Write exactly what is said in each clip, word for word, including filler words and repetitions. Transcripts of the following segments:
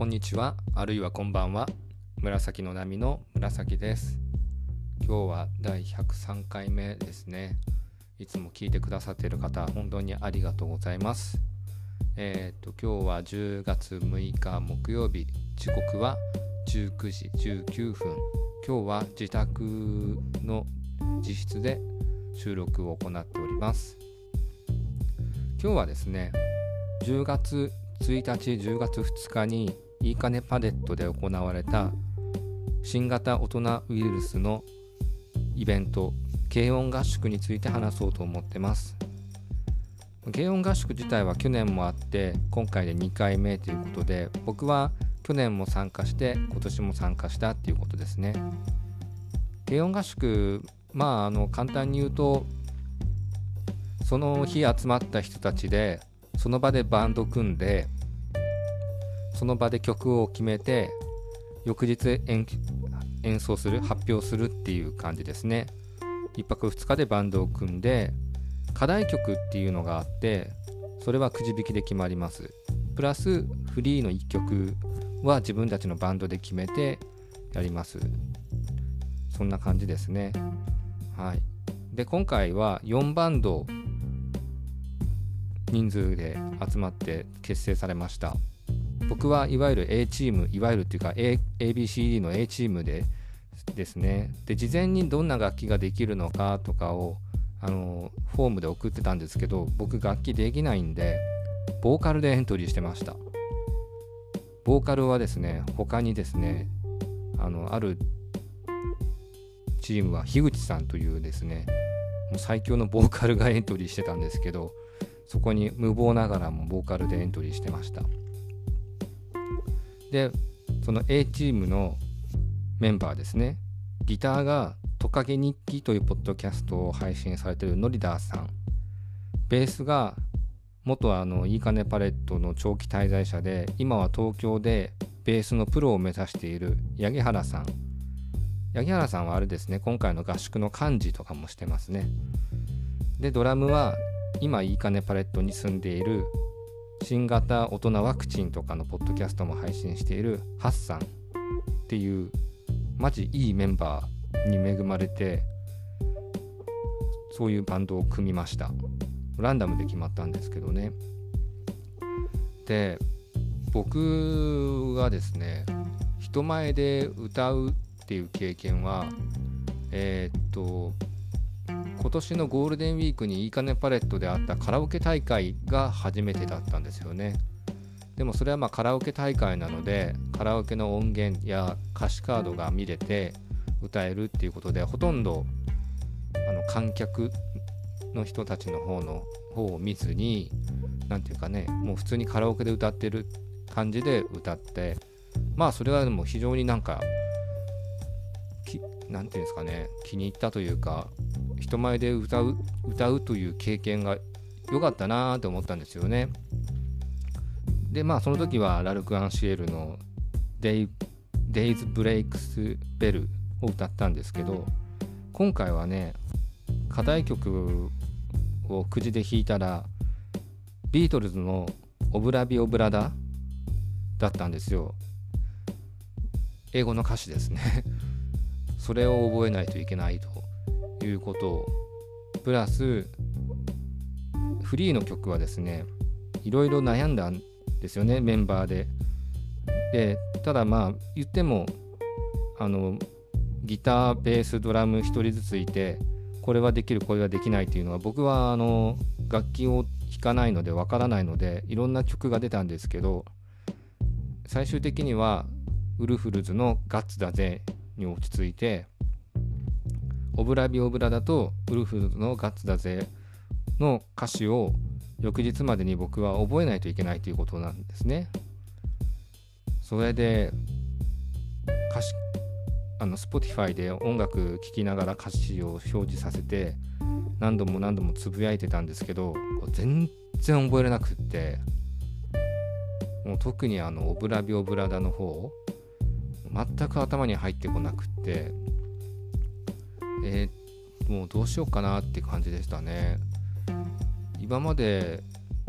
こんにちは、あるいはこんばんは。紫の波の紫です。今日はだいひゃくさんかいめですね。いつも聞いてくださっている方、本当にありがとうございます。えっと今日はじゅうがつむいか木曜日、時刻はじゅうくじじゅうきゅうふん。今日は自宅の自室で収録を行っております。今日はですね、じゅうがつついたち、じゅうがつふつかにいいかねパレットで行われた新型大人ウイルスのイベント、軽音合宿について話そうと思ってます。軽音合宿自体は去年もあって今回でにかいめということで、僕は去年も参加して今年も参加したっていうことですね。軽音合宿、まああの簡単に言うと、その日集まった人たちでその場でバンド組んで、その場で曲を決めて翌日 演, 演奏する発表するっていう感じですね。いっぱくふつかでバンドを組んで、課題曲っていうのがあって、それはくじ引きで決まります。プラスフリーのいっきょくは自分たちのバンドで決めてやります。そんな感じですね。はい。で今回はよんバンド人数で集まって結成されました。僕はいわゆる A チーム、いわゆるっていうか A、エービーシーディー の A チームでですね。で事前にどんな楽器ができるのかとかをあのフォームで送ってたんですけど、僕楽器できないんでボーカルでエントリーしてました。ボーカルはですね、他にですね、あのあるチームは樋口さんというですね、もう最強のボーカルがエントリーしてたんですけど、そこに無謀ながらもボーカルでエントリーしてました。でその A チームのメンバーですね、ギターがトカゲ日記というポッドキャストを配信されているノリダーさん、ベースが元あのいいかねパレットの長期滞在者で、今は東京でベースのプロを目指している八木原さん。八木原さんはあれですね、今回の合宿の幹事とかもしてますね。でドラムは今いいかねパレットに住んでいる新型大人ワクチンとかのポッドキャストも配信しているハッサンっていうマジいいメンバーに恵まれて、そういうバンドを組みました。ランダムで決まったんですけどね。で僕がですね、人前で歌うっていう経験はえー、っと今年のゴールデンウィークにいいかねパレットであったカラオケ大会が初めてだったんですよね。でもそれはまあカラオケ大会なので、カラオケの音源や歌詞カードが見れて歌えるっていうことで、ほとんどあの観客の人たちの方の方を見ずに、なんていうかね、もう普通にカラオケで歌ってる感じで歌って、まあそれはでも非常になんかきなんていうんですかね、気に入ったというか、人前で歌う歌うという経験が良かったなと思ったんですよね。でまあその時はラルク・アンシエルの Day, Days Breaks Bell を歌ったんですけど、今回はね、課題曲をくじで弾いたらビートルズのオブラビオブラダだったんですよ。英語の歌詞ですねそれを覚えないといけないということを、プラスフリーの曲はですね、いろいろ悩んだんですよね、メンバーで。でただまあ言ってもあのギター、ベース、ドラムひとりずついて、これはできるこれはできないっていうのは、僕はあの楽器を弾かないのでわからないので、いろんな曲が出たんですけど、最終的にはウルフルズのガッツだぜに落ち着いて、オブラビオブラだとウルフルズのガッツだぜの歌詞を翌日までに僕は覚えないといけないということなんですね。それで歌詞あの Spotify で音楽聴きながら歌詞を表示させて何度も何度もつぶやいてたんですけど、全然覚えれなくって、もう特にあのオブラビオブラダの方全く頭に入ってこなくって、えー、もうどうしようかなって感じでしたね。今まで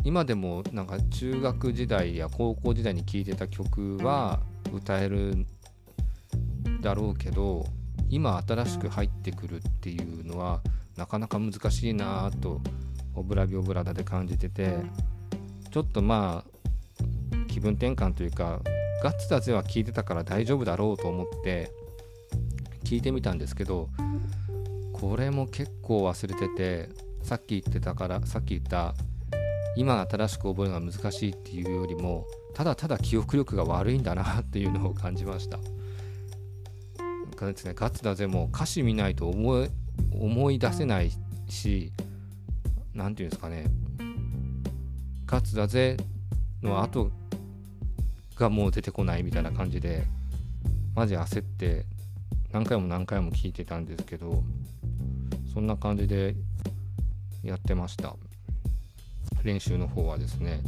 今でもなんか中学時代や高校時代に聴いてた曲は歌えるだろうけど、今新しく入ってくるっていうのはなかなか難しいなとオブラビオブラダで感じてて、ちょっとまあ気分転換というか、ガッツだぜは聴いてたから大丈夫だろうと思って聞いてみたんですけど、これも結構忘れてて、さっき言ってたからさっき言った今新しく覚えるのが難しいっていうよりも、ただただ記憶力が悪いんだなっていうのを感じました。なんかですね、ガッツだぜも歌詞見ないと思い、思い出せないし、なんていうんですかね、ガッツだぜの後がもう出てこないみたいな感じで、マジ焦って何回も何回も聞いてたんですけど、そんな感じでやってました、練習の方はですね。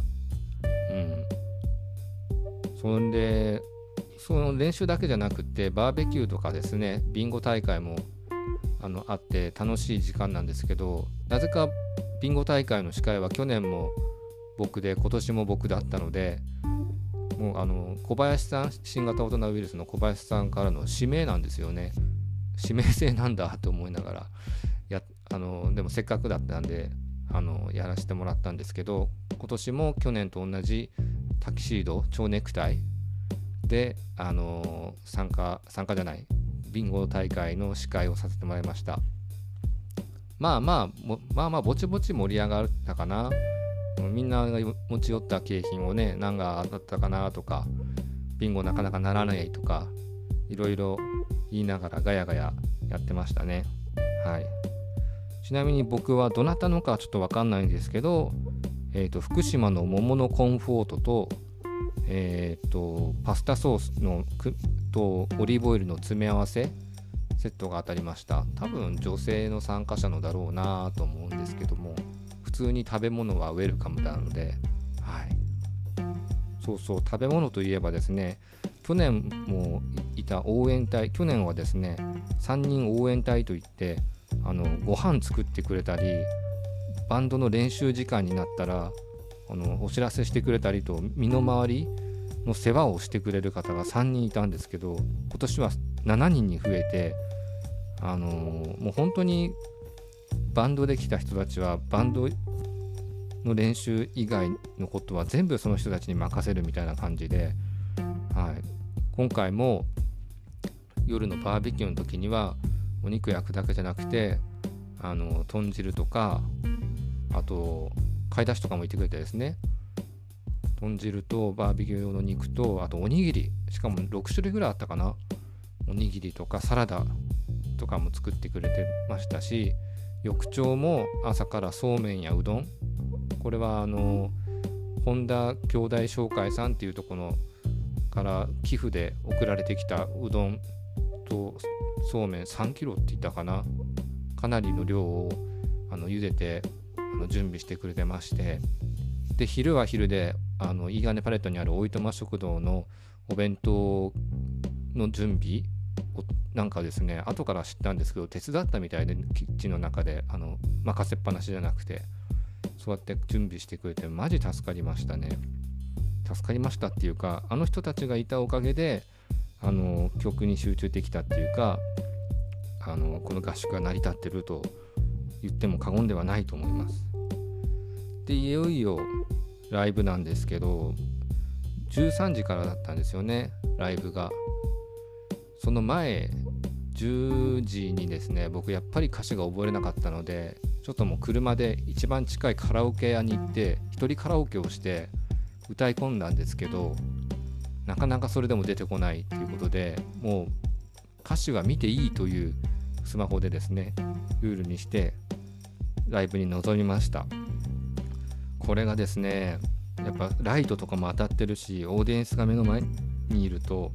うん。そんでその練習だけじゃなくて、バーベキューとかですね、ビンゴ大会もあのあって楽しい時間なんですけど、なぜかビンゴ大会の司会は去年も僕で今年も僕だったので、もうあの小林さん、新型コロナウイルスの小林さんからの指名なんですよね。指名制なんだと思いながらやあのでもせっかくだったんであのやらせてもらったんですけど、今年も去年と同じタキシード、蝶ネクタイであの参加参加じゃないビンゴ大会の司会をさせてもらいました。まあまあまあまあぼちぼち盛り上がったかな。みんなが持ち寄った景品をね、何が当たったかなとか、ビンゴなかなかならないとか、いろいろ言いながらガヤガヤやってましたね。はい。ちなみに僕はどなたのかちょっと分かんないんですけど、えーと福島の桃のコンフォートと、えーとパスタソースのくとオリーブオイルの詰め合わせセットが当たりました。多分女性の参加者のだろうなと思うんですけども、普通に食べ物はウェルカムなので、はい。そうそう、食べ物といえばですね、去年もいた応援隊、去年はですね、さんにん応援隊といって、あのご飯作ってくれたり、バンドの練習時間になったらあのお知らせしてくれたりと、身の回りの世話をしてくれる方がさんにんいたんですけど、今年はしちにんに増えて、あのー、もう本当にバンドで来た人たちはバンドの練習以外のことは全部その人たちに任せるみたいな感じで、はい、今回も夜のバーベキューの時にはお肉焼くだけじゃなくて、あの豚汁とか、あと買い出しとかもいてくれてですね、豚汁とバーベキュー用の肉と、あとおにぎり、しかもろくしゅるいぐらいあったかな、おにぎりとかサラダとかも作ってくれてましたし、翌朝も朝からそうめんやうどん、これはあの本田兄弟商会さんっていうところから寄付で送られてきたうどんとそうめんさんキロって言ったかな、かなりの量をあの茹でてあの準備してくれてまして、で昼は昼であのいいがねパレットにあるおいとま食堂のお弁当の準備をなんかですね、後から知ったんですけど手伝ったみたいで、キッチンの中であの任せっぱなしじゃなくて、そうやって準備してくれてマジ助かりましたね。助かりましたっていうか、あの人たちがいたおかげであの曲に集中できたっていうか、あのこの合宿が成り立ってると言っても過言ではないと思います。でいよいよライブなんですけど、じゅうさんじからだったんですよね、ライブが。その前じゅうじにですね、僕やっぱり歌詞が覚えれなかったので、ちょっともう車で一番近いカラオケ屋に行って一人カラオケをして歌い込んだんですけど、なかなかそれでも出てこないということで、もう歌詞は見ていいというスマホでですねルールにしてライブに臨みました。これがですね、やっぱライトとかも当たってるし、オーディエンスが目の前にいると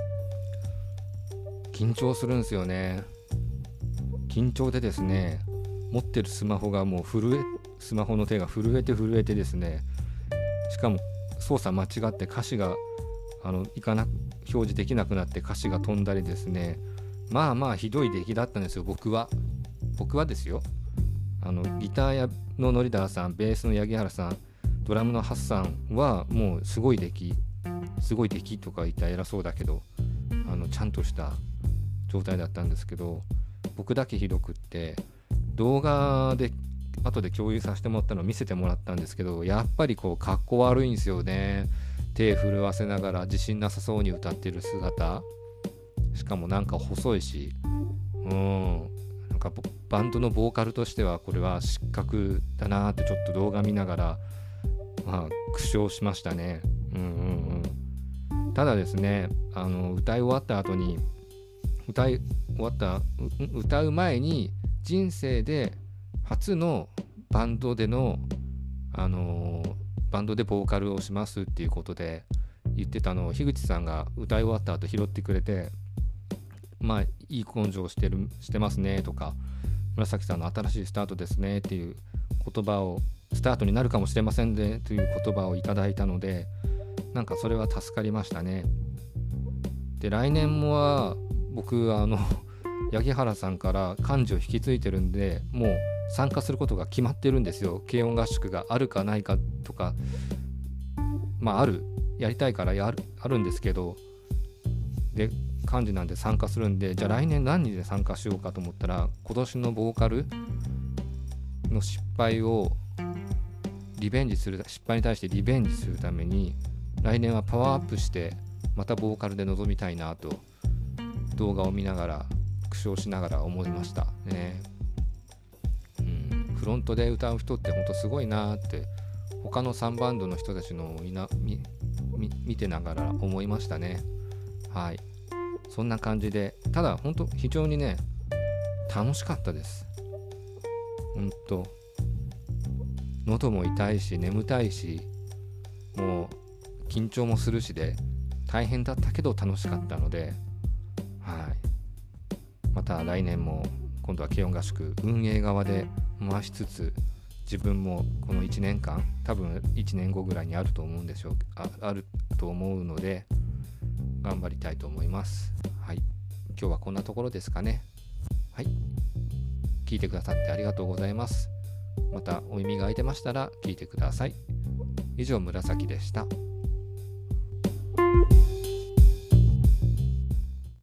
緊張するんですよね。緊張でですね、持ってるスマホがもう震えスマホの手が震えて震えてですね、しかも操作間違って歌詞があのいかな表示できなくなって歌詞が飛んだりですね、まあまあひどい出来だったんですよ。僕は僕はですよ、あのギターやのノリダーさん、ベースの八木原さん、 ドラムのハッサンはもうすごい出来すごい出来とか言ったら偉そうだけど、あのちゃんとした状態だったんですけど、僕だけひどくって、動画で後で共有させてもらったのを見せてもらったんですけど、やっぱりこうかっこ悪いんですよね。手震わせながら自信なさそうに歌ってる姿、しかもなんか細いし、うん、なんかバンドのボーカルとしてはこれは失格だなってちょっと動画見ながら、まあ、苦笑しましたね。うんうんうん。ただですね、あの歌い終わった後に歌い終わった歌う前に人生で初のバンドでのあのー、バンドでボーカルをしますっていうことで言ってたのを樋口さんが歌い終わった後拾ってくれて、まあいい根性してるしてますねとか、紫さんの新しいスタートですねっていう言葉を、スタートになるかもしれませんねという言葉をいただいたので、なんかそれは助かりましたね。で来年もは僕あの八木原さんから幹事を引き継いでるんで、もう参加することが決まってるんですよ。軽音合宿があるかないかとか、まあある、やりたいからやるあるんですけど、で幹事なんで参加するんで、じゃあ来年何人で参加しようかと思ったら、今年のボーカルの失敗をリベンジする、失敗に対してリベンジするために来年はパワーアップしてまたボーカルで臨みたいなと動画を見ながら苦笑しながら思いましたね。うん、フロントで歌う人って本当すごいなって他のさんバンドの人たちのみなみみ見てながら思いましたね。はい、そんな感じで、ただ本当非常にね楽しかったです。本当喉も痛いし眠たいし、もう緊張もするしで大変だったけど楽しかったので、はい、また来年も今度は軽音合宿運営側で回しつつ、自分もこのいちねんかん、多分いちねんごぐらいにあると思うんでしょう あ, あると思うので頑張りたいと思います。はい、今日はこんなところですかね。はい、聞いてくださってありがとうございます。またお耳が空いてましたら聞いてください。以上、紫でした。